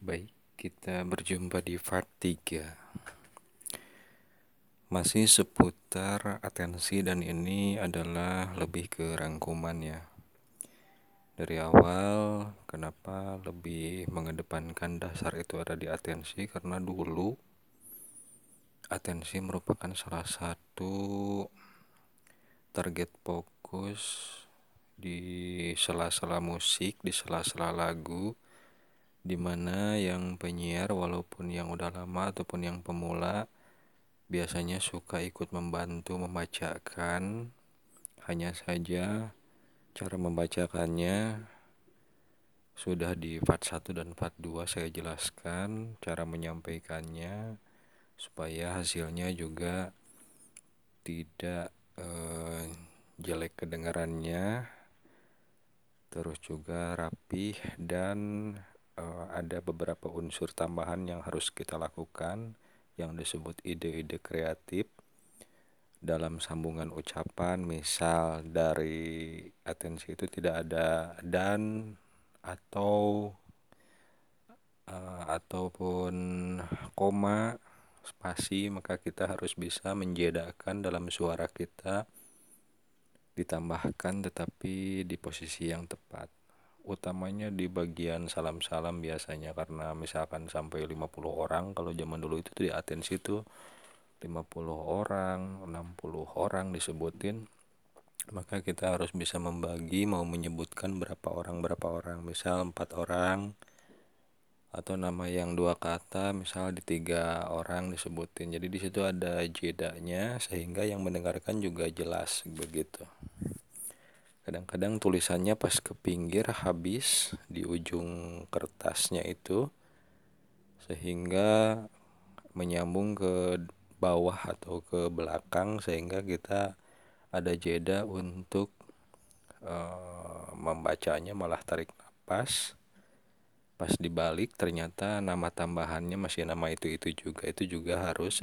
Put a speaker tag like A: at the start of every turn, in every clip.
A: Baik, kita berjumpa di part 3. Masih seputar atensi dan ini adalah lebih ke rangkuman ya. Dari awal, kenapa lebih mengedepankan dasar itu ada di atensi? Karena dulu atensi merupakan salah satu target fokus di sela-sela musik, di sela-sela lagu, dimana yang penyiar walaupun yang udah lama ataupun yang pemula biasanya suka ikut membantu membacakan. Hanya saja cara membacakannya sudah di part 1 dan part 2 saya jelaskan cara menyampaikannya supaya hasilnya juga tidak jelek kedengarannya, terus juga rapih dan ada beberapa unsur tambahan yang harus kita lakukan yang disebut ide-ide kreatif dalam sambungan ucapan. Misal dari atensi itu tidak ada dan atau ataupun koma, spasi, maka kita harus bisa menjedakan dalam suara kita, ditambahkan tetapi di posisi yang tepat. Utamanya di bagian salam-salam biasanya, karena misalkan sampai 50 orang, kalau zaman dulu itu di atensi itu 50 orang, 60 orang disebutin, maka kita harus bisa membagi, mau menyebutkan berapa orang, misal 4 orang, atau nama yang 2 kata, misal di 3 orang disebutin. Jadi di situ ada jedanya sehingga yang mendengarkan juga jelas begitu. Kadang-kadang tulisannya pas ke pinggir habis di ujung kertasnya itu, sehingga menyambung ke bawah atau ke belakang, sehingga kita ada jeda untuk membacanya, malah tarik nafas. Pas dibalik ternyata nama tambahannya masih nama itu juga. Itu juga harus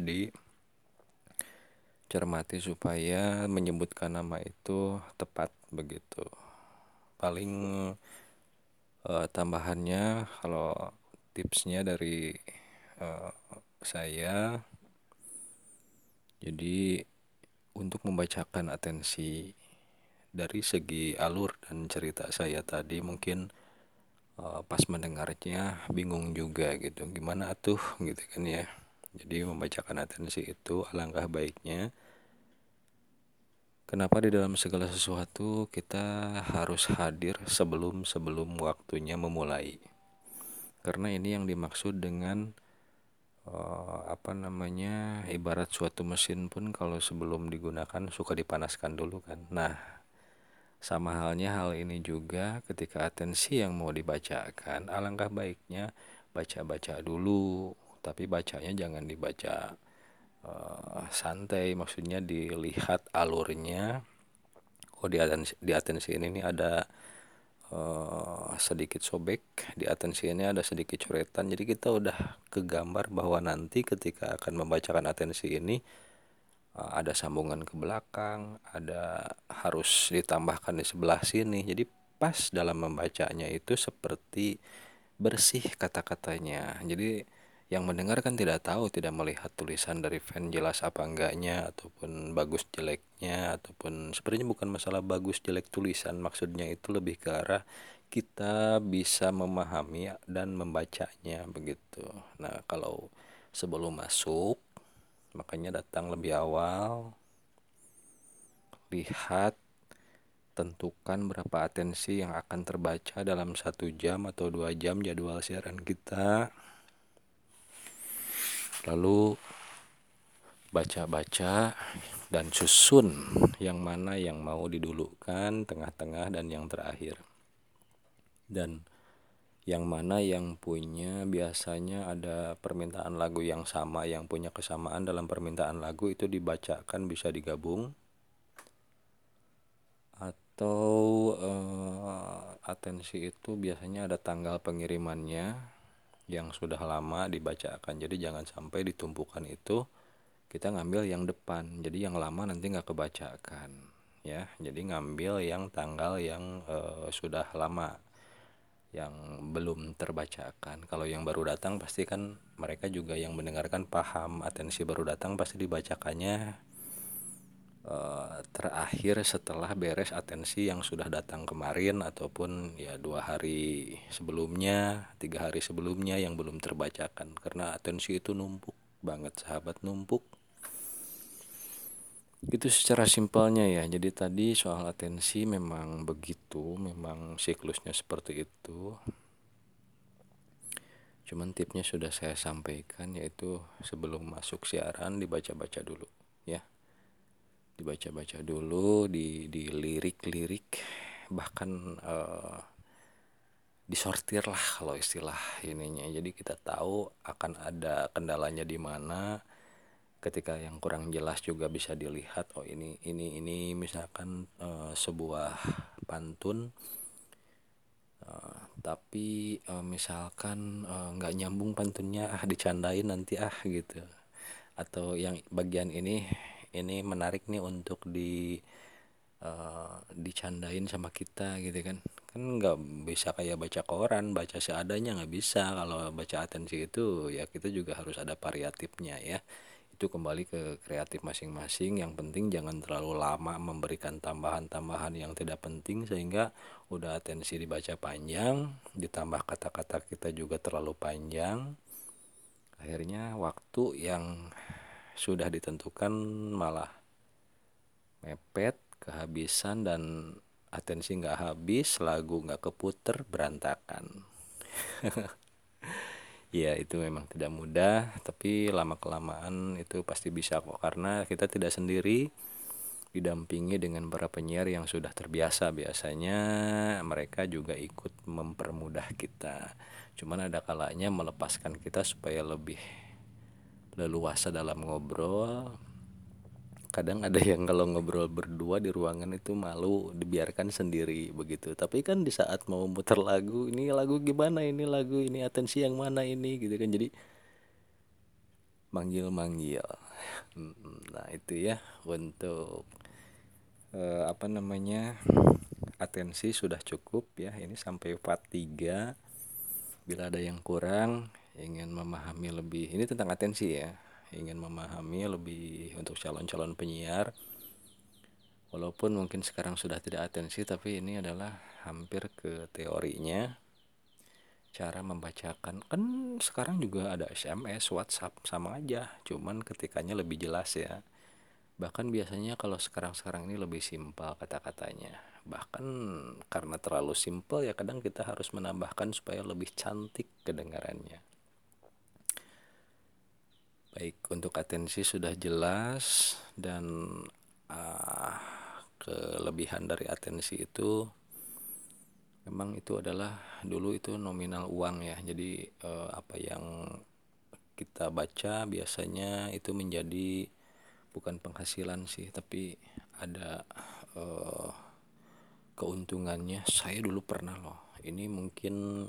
A: dicermati supaya menyebutkan nama itu tepat begitu. Paling tambahannya kalau tipsnya dari saya, jadi untuk membacakan atensi dari segi alur dan cerita saya tadi, mungkin pas mendengarnya bingung juga gitu, gimana tuh gitu kan ya. Jadi membacakan atensi itu alangkah baiknya, kenapa di dalam segala sesuatu kita harus hadir sebelum waktunya memulai. Karena ini yang dimaksud dengan ibarat suatu mesin pun kalau sebelum digunakan suka dipanaskan dulu kan. Nah, sama halnya hal ini juga ketika atensi yang mau dibacakan, alangkah baiknya baca-baca dulu, tapi bacanya jangan dibaca santai, maksudnya dilihat alurnya. Oh, di atensi ini nih ada sedikit sobek, di atensi ini ada sedikit coretan, jadi kita udah kegambar bahwa nanti ketika akan membacakan atensi ini ada sambungan ke belakang, ada harus ditambahkan di sebelah sini. Jadi pas dalam membacanya itu seperti bersih kata-katanya. Jadi yang mendengar kan tidak tahu, tidak melihat tulisan dari fan jelas apa enggaknya, ataupun bagus jeleknya, ataupun sebenarnya bukan masalah bagus jelek tulisan, maksudnya itu lebih ke arah kita bisa memahami dan membacanya begitu. Nah, kalau sebelum masuk, makanya datang lebih awal, lihat, tentukan berapa atensi yang akan terbaca dalam 1 jam atau 2 jam jadwal siaran kita, lalu baca-baca dan susun yang mana yang mau didulukan, tengah-tengah, dan yang terakhir. Dan yang mana yang punya, biasanya ada permintaan lagu yang sama, yang punya kesamaan dalam permintaan lagu itu dibacakan, bisa digabung. Atau atensi itu biasanya ada tanggal pengirimannya yang sudah lama dibacakan, jadi jangan sampai ditumpukan itu kita ngambil yang depan, jadi yang lama nanti nggak kebacakan ya. Jadi ngambil yang tanggal yang sudah lama, yang belum terbacakan. Kalau yang baru datang pasti kan mereka juga yang mendengarkan paham, atensi baru datang pasti dibacakannya terakhir setelah beres atensi yang sudah datang kemarin, ataupun ya 2 hari sebelumnya, 3 hari sebelumnya yang belum terbacakan, karena atensi itu numpuk banget sahabat, numpuk. Itu secara simpelnya ya. Jadi tadi soal atensi memang begitu, memang siklusnya seperti itu. Cuman tipnya sudah saya sampaikan, yaitu sebelum masuk siaran dibaca-baca dulu ya. Dibaca-baca dulu, dilirik-lirik, bahkan disortir lah kalau istilah ininya. Jadi kita tahu akan ada kendalanya di mana. Ketika yang kurang jelas juga bisa dilihat, oh ini misalkan sebuah pantun, tapi misalkan nggak nyambung pantunnya, dicandain nanti gitu. Atau yang bagian ini menarik nih untuk dicandain sama kita gitu kan. Kan nggak bisa kayak baca koran, baca seadanya, nggak bisa. Kalau baca atensi itu ya kita juga harus ada variatifnya ya. Itu kembali ke kreatif masing-masing. Yang penting jangan terlalu lama memberikan tambahan-tambahan yang tidak penting, sehingga udah atensi dibaca panjang, ditambah kata-kata kita juga terlalu panjang, akhirnya waktu yang sudah ditentukan malah mepet, kehabisan, dan atensi nggak habis, lagu nggak keputer, berantakan. Ya itu memang tidak mudah, tapi lama kelamaan itu pasti bisa kok, karena kita tidak sendiri, didampingi dengan para penyiar yang sudah terbiasa. Biasanya mereka juga ikut mempermudah kita, cuman ada kalanya melepaskan kita supaya lebih leluasa dalam ngobrol. Kadang ada yang kalau ngobrol berdua di ruangan itu malu, dibiarkan sendiri begitu. Tapi kan di saat mau muter lagu, ini lagu gimana, ini lagu ini atensi yang mana ini gitu kan. Jadi manggil-manggil. Nah itu ya untuk apa namanya, atensi sudah cukup ya. Ini sampai part 3. Bila ada yang kurang, ingin memahami lebih, ini tentang atensi ya, ingin memahami lebih untuk calon-calon penyiar, walaupun mungkin sekarang sudah tidak atensi, tapi ini adalah hampir ke teorinya, cara membacakan. Kan sekarang juga ada SMS, WhatsApp, sama aja, cuman ketikanya lebih jelas ya. Bahkan biasanya kalau sekarang-sekarang ini lebih simpel kata-katanya. Bahkan karena terlalu simpel ya kadang kita harus menambahkan supaya lebih cantik kedengarannya. Baik, untuk atensi sudah jelas, dan kelebihan dari atensi itu memang itu adalah dulu itu nominal uang ya. Jadi apa yang kita baca biasanya itu menjadi bukan penghasilan sih, tapi ada eh, keuntungannya. Saya dulu pernah loh, ini mungkin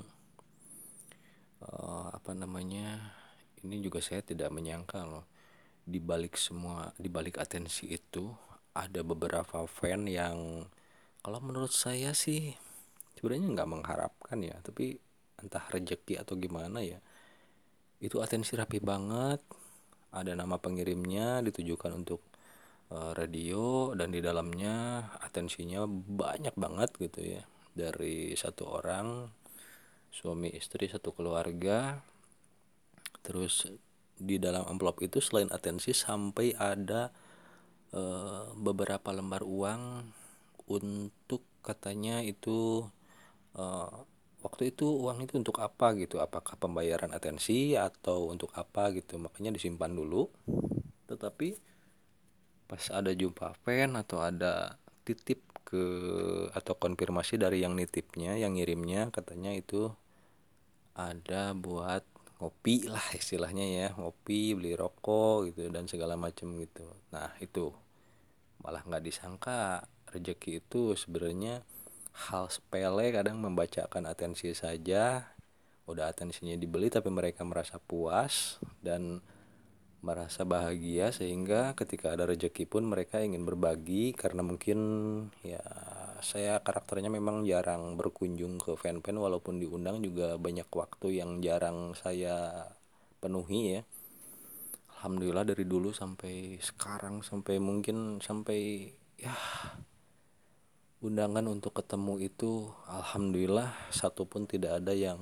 A: apa namanya, ini juga saya tidak menyangka loh, di balik semua, di balik atensi itu ada beberapa fan yang kalau menurut saya sih sebenarnya nggak mengharapkan ya, tapi entah rezeki atau gimana ya, itu atensi rapi banget, ada nama pengirimnya ditujukan untuk radio, dan di dalamnya atensinya banyak banget gitu ya, dari satu orang, suami istri satu keluarga. Terus di dalam amplop itu selain atensi sampai ada beberapa lembar uang untuk, katanya itu eh, waktu itu uang itu untuk apa gitu, apakah pembayaran atensi atau untuk apa gitu, makanya disimpan dulu. Tetapi pas ada jumpa fan atau ada titip ke, atau konfirmasi dari yang nitipnya, yang ngirimnya, katanya itu ada buat ngopi lah istilahnya ya, ngopi, beli rokok gitu dan segala macam gitu. Nah itu malah nggak disangka, rezeki itu sebenarnya hal sepele, kadang membacakan atensi saja udah atensinya dibeli, tapi mereka merasa puas dan merasa bahagia, sehingga ketika ada rezeki pun mereka ingin berbagi, karena mungkin ya saya karakternya memang jarang berkunjung ke fan-fan, walaupun diundang juga banyak waktu yang jarang saya penuhi ya. Alhamdulillah dari dulu sampai sekarang, sampai mungkin sampai ya undangan untuk ketemu itu alhamdulillah satu pun tidak ada yang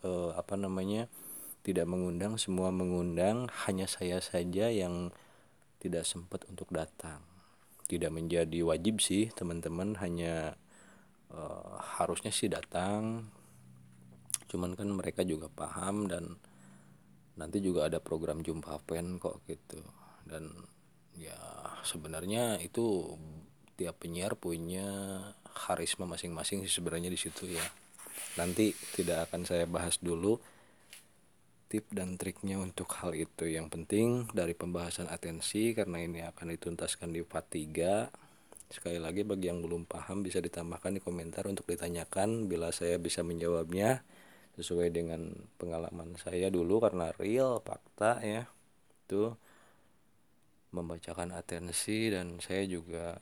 A: tidak mengundang, semua mengundang, hanya saya saja yang tidak sempat untuk datang. Tidak menjadi wajib sih teman-teman, hanya harusnya sih datang, cuman kan mereka juga paham dan nanti juga ada program jumpa fan kok gitu. Dan ya sebenarnya itu tiap penyiar punya karisma masing-masing sih sebenarnya di situ ya. Nanti tidak akan saya bahas dulu tip dan triknya untuk hal itu. Yang penting dari pembahasan atensi, karena ini akan dituntaskan di part 3. Sekali lagi bagi yang belum paham bisa ditambahkan di komentar untuk ditanyakan, bila saya bisa menjawabnya sesuai dengan pengalaman saya dulu, karena real fakta ya itu membacakan atensi. Dan saya juga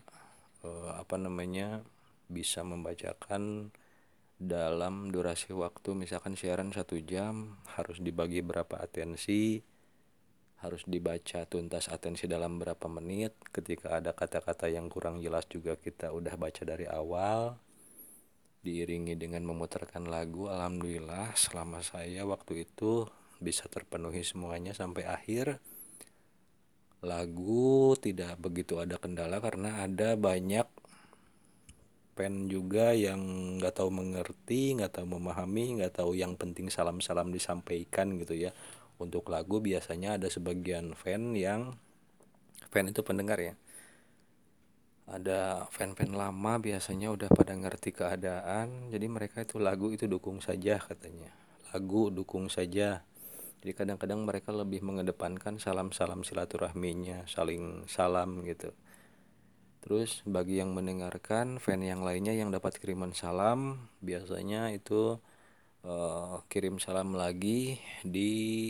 A: bisa membacakan dalam durasi waktu, misalkan siaran 1 jam harus dibagi berapa atensi, harus dibaca tuntas atensi dalam berapa menit. Ketika ada kata-kata yang kurang jelas juga kita udah baca dari awal, diiringi dengan memutarkan lagu. Alhamdulillah selama saya waktu itu bisa terpenuhi semuanya sampai akhir. Lagu tidak begitu ada kendala karena ada banyak fan juga yang nggak tahu mengerti, nggak tahu memahami, nggak tahu yang penting salam-salam disampaikan gitu ya. Untuk lagu biasanya ada sebagian fan itu pendengar ya, ada fan-fan lama biasanya udah pada ngerti keadaan, jadi mereka itu lagu itu dukung saja katanya, lagu dukung saja. Jadi kadang-kadang mereka lebih mengedepankan salam-salam silaturahminya, saling salam gitu. Terus bagi yang mendengarkan, fan yang lainnya yang dapat kiriman salam, biasanya itu kirim salam lagi di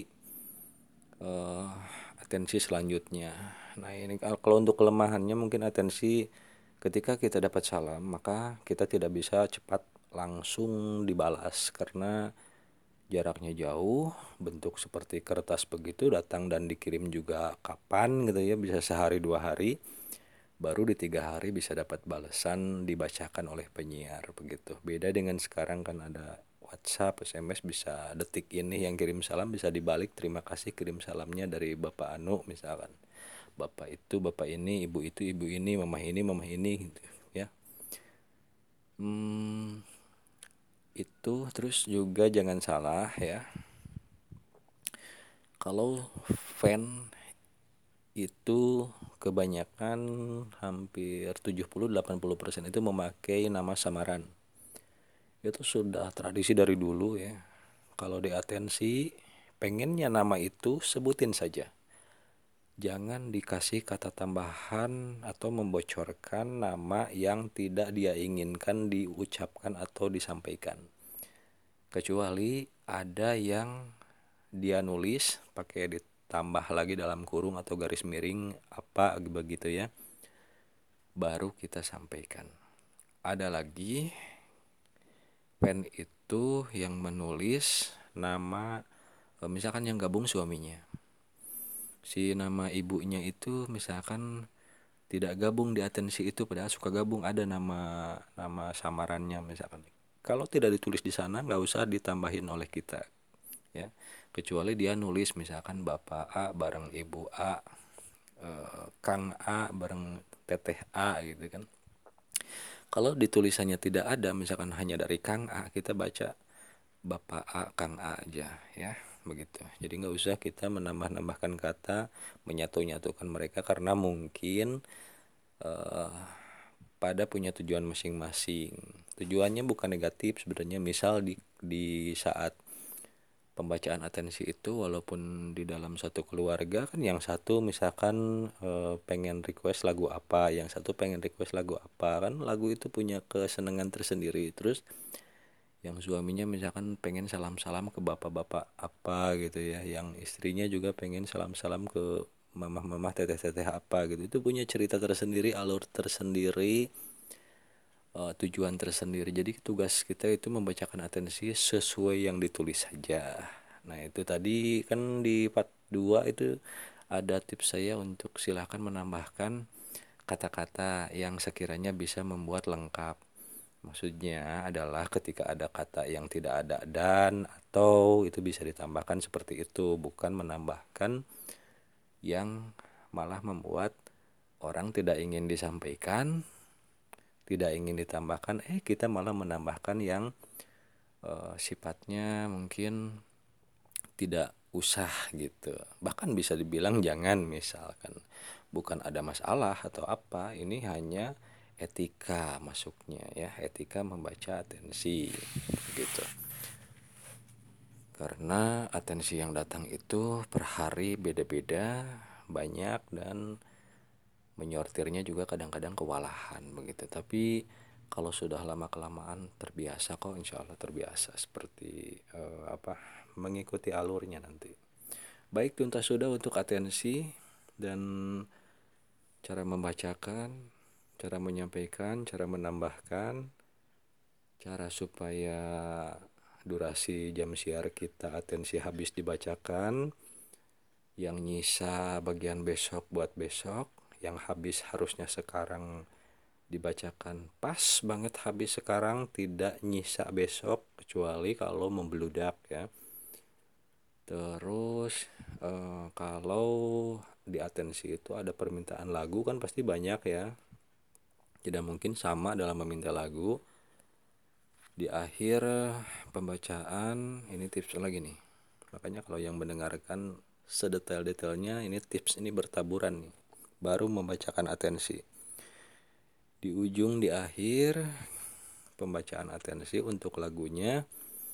A: atensi selanjutnya. Nah ini kalau untuk kelemahannya mungkin atensi, ketika kita dapat salam maka kita tidak bisa cepat langsung dibalas karena jaraknya jauh, bentuk seperti kertas begitu, datang dan dikirim juga kapan gitu ya, bisa sehari 2 hari, baru di 3 hari bisa dapat balasan dibacakan oleh penyiar begitu. Beda dengan sekarang kan ada WhatsApp, SMS, bisa detik ini yang kirim salam bisa dibalik, terima kasih kirim salamnya dari Bapak Anu misalkan. Bapak itu, Bapak ini, Ibu itu, Ibu ini, Mama ini gitu ya. Itu terus juga jangan salah ya. Kalau fan itu kebanyakan hampir 70-80% itu memakai nama samaran. Itu sudah tradisi dari dulu ya. Kalau di atensi pengennya nama itu sebutin saja. Jangan dikasih kata tambahan atau membocorkan nama yang tidak dia inginkan diucapkan atau disampaikan. Kecuali ada yang dia nulis pakai ditambah lagi dalam kurung atau garis miring apa begitu ya, baru kita sampaikan. Ada lagi fan itu yang menulis nama, misalkan yang gabung suaminya, si nama ibunya itu misalkan tidak gabung di atensi itu padahal suka gabung, ada nama nama samarannya misalkan. Kalau tidak ditulis di sana nggak usah ditambahin oleh kita ya, kecuali dia nulis misalkan Bapak A bareng Ibu A, Kang A bareng Teteh A gitu kan. Kalau di tulisannya tidak ada, misalkan hanya dari Kang A, kita baca Bapak A, Kang A aja ya, begitu. Jadi nggak usah kita menambah-nambahkan kata, menyatu-nyatukan mereka, karena mungkin pada punya tujuan masing-masing. Tujuannya bukan negatif sebenarnya. Misal di saat pembacaan atensi itu, walaupun di dalam satu keluarga kan, yang satu misalkan pengen request lagu apa, yang satu pengen request lagu apa, kan lagu itu punya kesenangan tersendiri. Terus yang suaminya misalkan pengen salam-salam ke bapak-bapak apa gitu ya, yang istrinya juga pengen salam-salam ke mamah-mamah, teteh-teteh apa gitu. Itu punya cerita tersendiri, alur tersendiri, tujuan tersendiri. Jadi tugas kita itu membacakan atensi sesuai yang ditulis saja. Nah itu tadi kan di part 2 itu ada tips saya untuk silahkan menambahkan kata-kata yang sekiranya bisa membuat lengkap. Maksudnya adalah ketika ada kata yang tidak ada dan atau itu bisa ditambahkan seperti itu, bukan menambahkan yang malah membuat orang tidak ingin disampaikan, tidak ingin ditambahkan, kita malah menambahkan yang sifatnya mungkin tidak usah gitu. Bahkan bisa dibilang jangan, misalkan bukan ada masalah atau apa, ini hanya etika masuknya ya, etika membaca atensi gitu. Karena atensi yang datang itu per hari beda-beda, banyak, dan menyortirnya juga kadang-kadang kewalahan begitu. Tapi kalau sudah lama kelamaan terbiasa kok, insya Allah terbiasa seperti mengikuti alurnya nanti. Baik, tuntas sudah untuk atensi dan cara membacakan, cara menyampaikan, cara menambahkan, cara supaya durasi jam siar kita atensi habis dibacakan, yang nyisa bagian besok buat besok, yang habis harusnya sekarang dibacakan pas banget habis sekarang, tidak nyisa besok kecuali kalau membeludak ya. Terus kalau di atensi itu ada permintaan lagu kan pasti banyak ya, tidak mungkin sama dalam meminta lagu. Di akhir pembacaan ini tips lagi nih, makanya kalau yang mendengarkan sedetail-detailnya ini tips ini bertaburan nih, baru membacakan atensi. Di ujung di akhir pembacaan atensi untuk lagunya,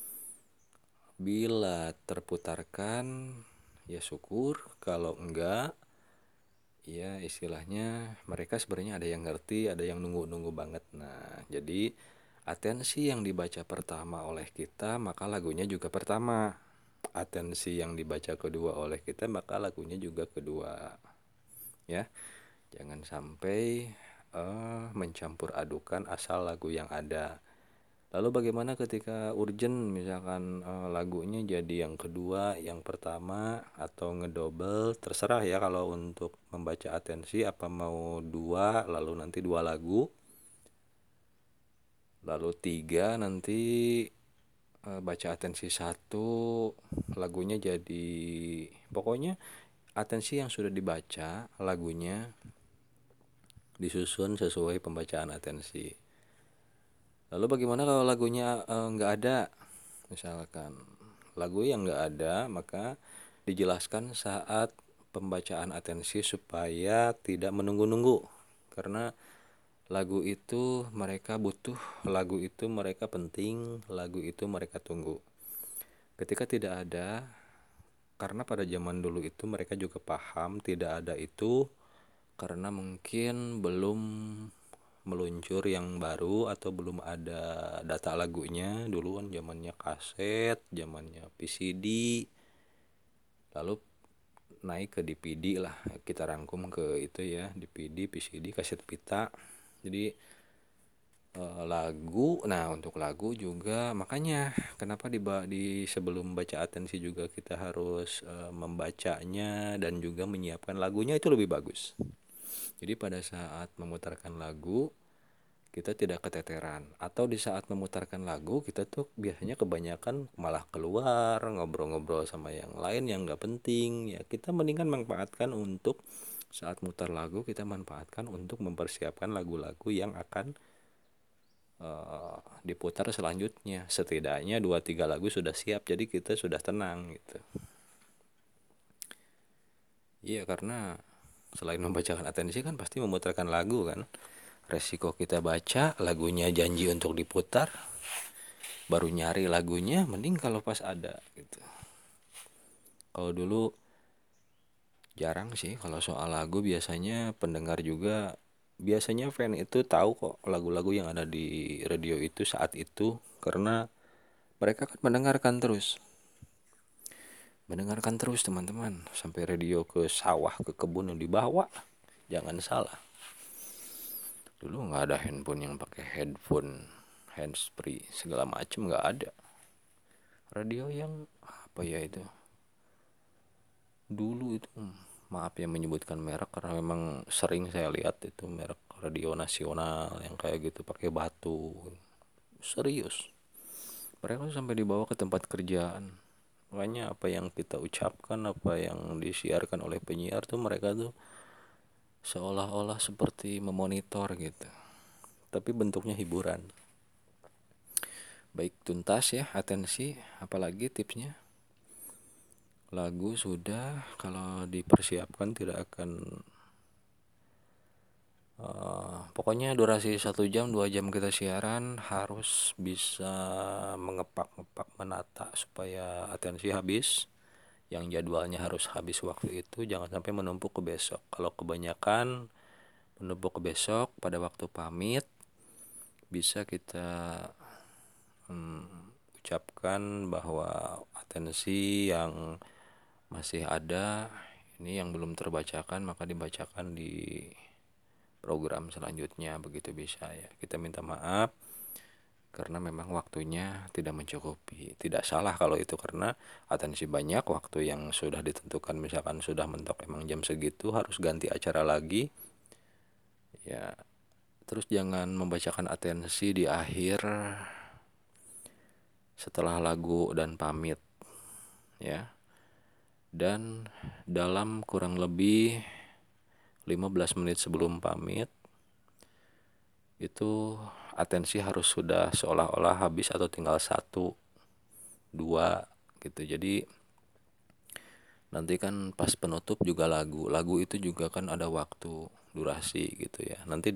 A: bila terputarkan ya syukur, kalau enggak ya istilahnya mereka sebenarnya ada yang ngerti, ada yang nunggu-nunggu banget. Nah jadi atensi yang dibaca pertama oleh kita maka lagunya juga pertama, atensi yang dibaca kedua oleh kita maka lagunya juga kedua ya. Jangan sampai mencampur adukan asal lagu yang ada. Lalu bagaimana ketika urgent, misalkan lagunya jadi yang kedua, yang pertama, atau ngedouble, terserah ya kalau untuk membaca atensi, apa mau dua, lalu nanti dua lagu, lalu tiga nanti baca atensi satu, lagunya jadi, pokoknya atensi yang sudah dibaca, lagunya disusun sesuai pembacaan atensi. Lalu bagaimana kalau lagunya nggak ada? Misalkan lagu yang nggak ada, maka dijelaskan saat pembacaan atensi supaya tidak menunggu-nunggu. Karena lagu itu mereka butuh, lagu itu mereka penting, lagu itu mereka tunggu. Ketika tidak ada, karena pada zaman dulu itu mereka juga paham tidak ada itu karena mungkin belum meluncur yang baru atau belum ada data lagunya. Dulu kan zamannya kaset, zamannya VCD, lalu naik ke DVD lah, kita rangkum ke itu ya, DVD, VCD, kaset pita. Jadi lagu, nah untuk lagu juga makanya kenapa di sebelum baca atensi juga kita harus membacanya dan juga menyiapkan lagunya, itu lebih bagus. Jadi pada saat memutarkan lagu kita tidak keteteran, atau di saat memutarkan lagu kita tuh biasanya kebanyakan malah keluar ngobrol-ngobrol sama yang lain yang nggak penting ya. Kita mendingan manfaatkan untuk saat mutar lagu, kita manfaatkan untuk mempersiapkan lagu-lagu yang akan diputar selanjutnya. Setidaknya 2-3 lagu sudah siap, jadi kita sudah tenang gitu. Iya, karena selain membacakan atensi kan pasti memutarkan lagu kan. Resiko kita baca lagunya janji untuk diputar, baru nyari lagunya, mending kalau pas ada gitu. Kalau dulu jarang sih kalau soal lagu, biasanya pendengar juga, biasanya fan itu tahu kok lagu-lagu yang ada di radio itu saat itu, karena mereka kan mendengarkan terus teman-teman, sampai radio ke sawah, ke kebun yang dibawa, jangan salah. Dulu nggak ada handphone yang pakai headphone, handsfree segala macem, nggak ada. Radio yang apa ya itu dulu itu, maaf ya menyebutkan merek karena memang sering saya lihat itu merek radio nasional yang kayak gitu pakai batu. Serius, mereka tuh sampai dibawa ke tempat kerjaan. Makanya apa yang kita ucapkan, apa yang disiarkan oleh penyiar tuh mereka tuh seolah-olah seperti memonitor gitu, tapi bentuknya hiburan. Baik, tuntas ya, atensi. Apalagi tipsnya? Lagu sudah, kalau dipersiapkan tidak akan pokoknya durasi 1 jam 2 jam kita siaran harus bisa mengepak-ngepak, menata supaya atensi habis. Yang jadwalnya harus habis waktu itu jangan sampai menumpuk ke besok. Kalau kebanyakan menumpuk ke besok, pada waktu pamit bisa kita ucapkan bahwa atensi yang masih ada ini yang belum terbacakan maka dibacakan di program selanjutnya, begitu bisa ya. Kita minta maaf karena memang waktunya tidak mencukupi. Tidak salah kalau itu karena atensi banyak, waktu yang sudah ditentukan misalkan sudah mentok emang jam segitu harus ganti acara lagi. Ya, terus jangan membacakan atensi di akhir setelah lagu dan pamit ya. Dan dalam kurang lebih 15 menit sebelum pamit itu atensi harus sudah seolah-olah habis atau tinggal 1 2 gitu. Jadi nanti kan pas penutup juga lagu itu juga kan ada waktu durasi gitu ya. Nanti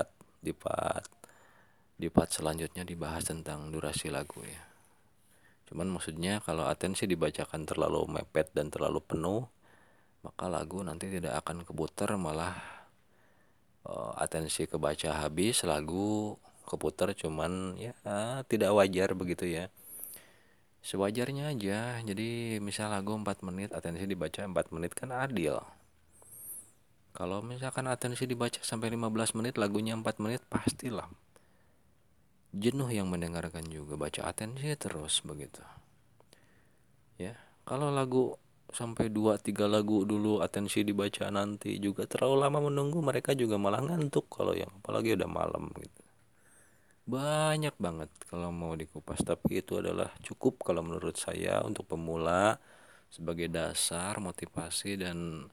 A: di part selanjutnya dibahas tentang durasi lagu ya. Cuman maksudnya kalau atensi dibacakan terlalu mepet dan terlalu penuh, maka lagu nanti tidak akan keputar, malah atensi kebaca habis, lagu keputar cuman ya tidak wajar begitu ya. Sewajarnya aja. Jadi misal lagu 4 menit, atensi dibaca 4 menit kan adil. Kalau misalkan atensi dibaca sampai 15 menit, lagunya 4 menit, pastilah jenuh yang mendengarkan juga. Baca atensi terus begitu. Ya, kalau lagu sampai 2 3 lagu dulu atensi dibaca nanti juga terlalu lama menunggu, mereka juga malah ngantuk kalau yang apalagi udah malam gitu. Banyak banget kalau mau dikupas, tapi itu adalah cukup kalau menurut saya untuk pemula sebagai dasar motivasi dan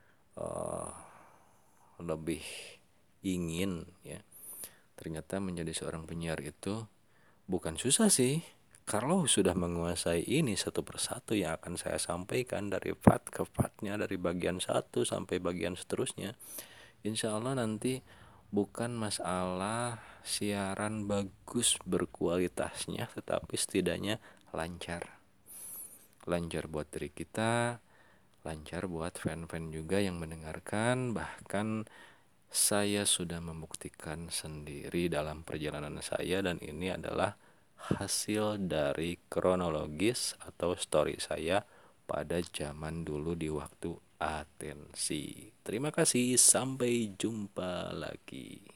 A: lebih ingin ya. Ternyata menjadi seorang penyiar itu bukan susah sih. Kalau sudah menguasai ini satu persatu yang akan saya sampaikan dari part ke partnya, dari bagian satu sampai bagian seterusnya, insya Allah nanti bukan masalah siaran bagus berkualitasnya, tetapi setidaknya lancar. Lancar buat diri kita, lancar buat fan-fan juga yang mendengarkan. Bahkan saya sudah membuktikan sendiri dalam perjalanan saya, dan ini adalah hasil dari kronologis atau story saya pada zaman dulu di waktu atensi. Terima kasih, sampai jumpa lagi.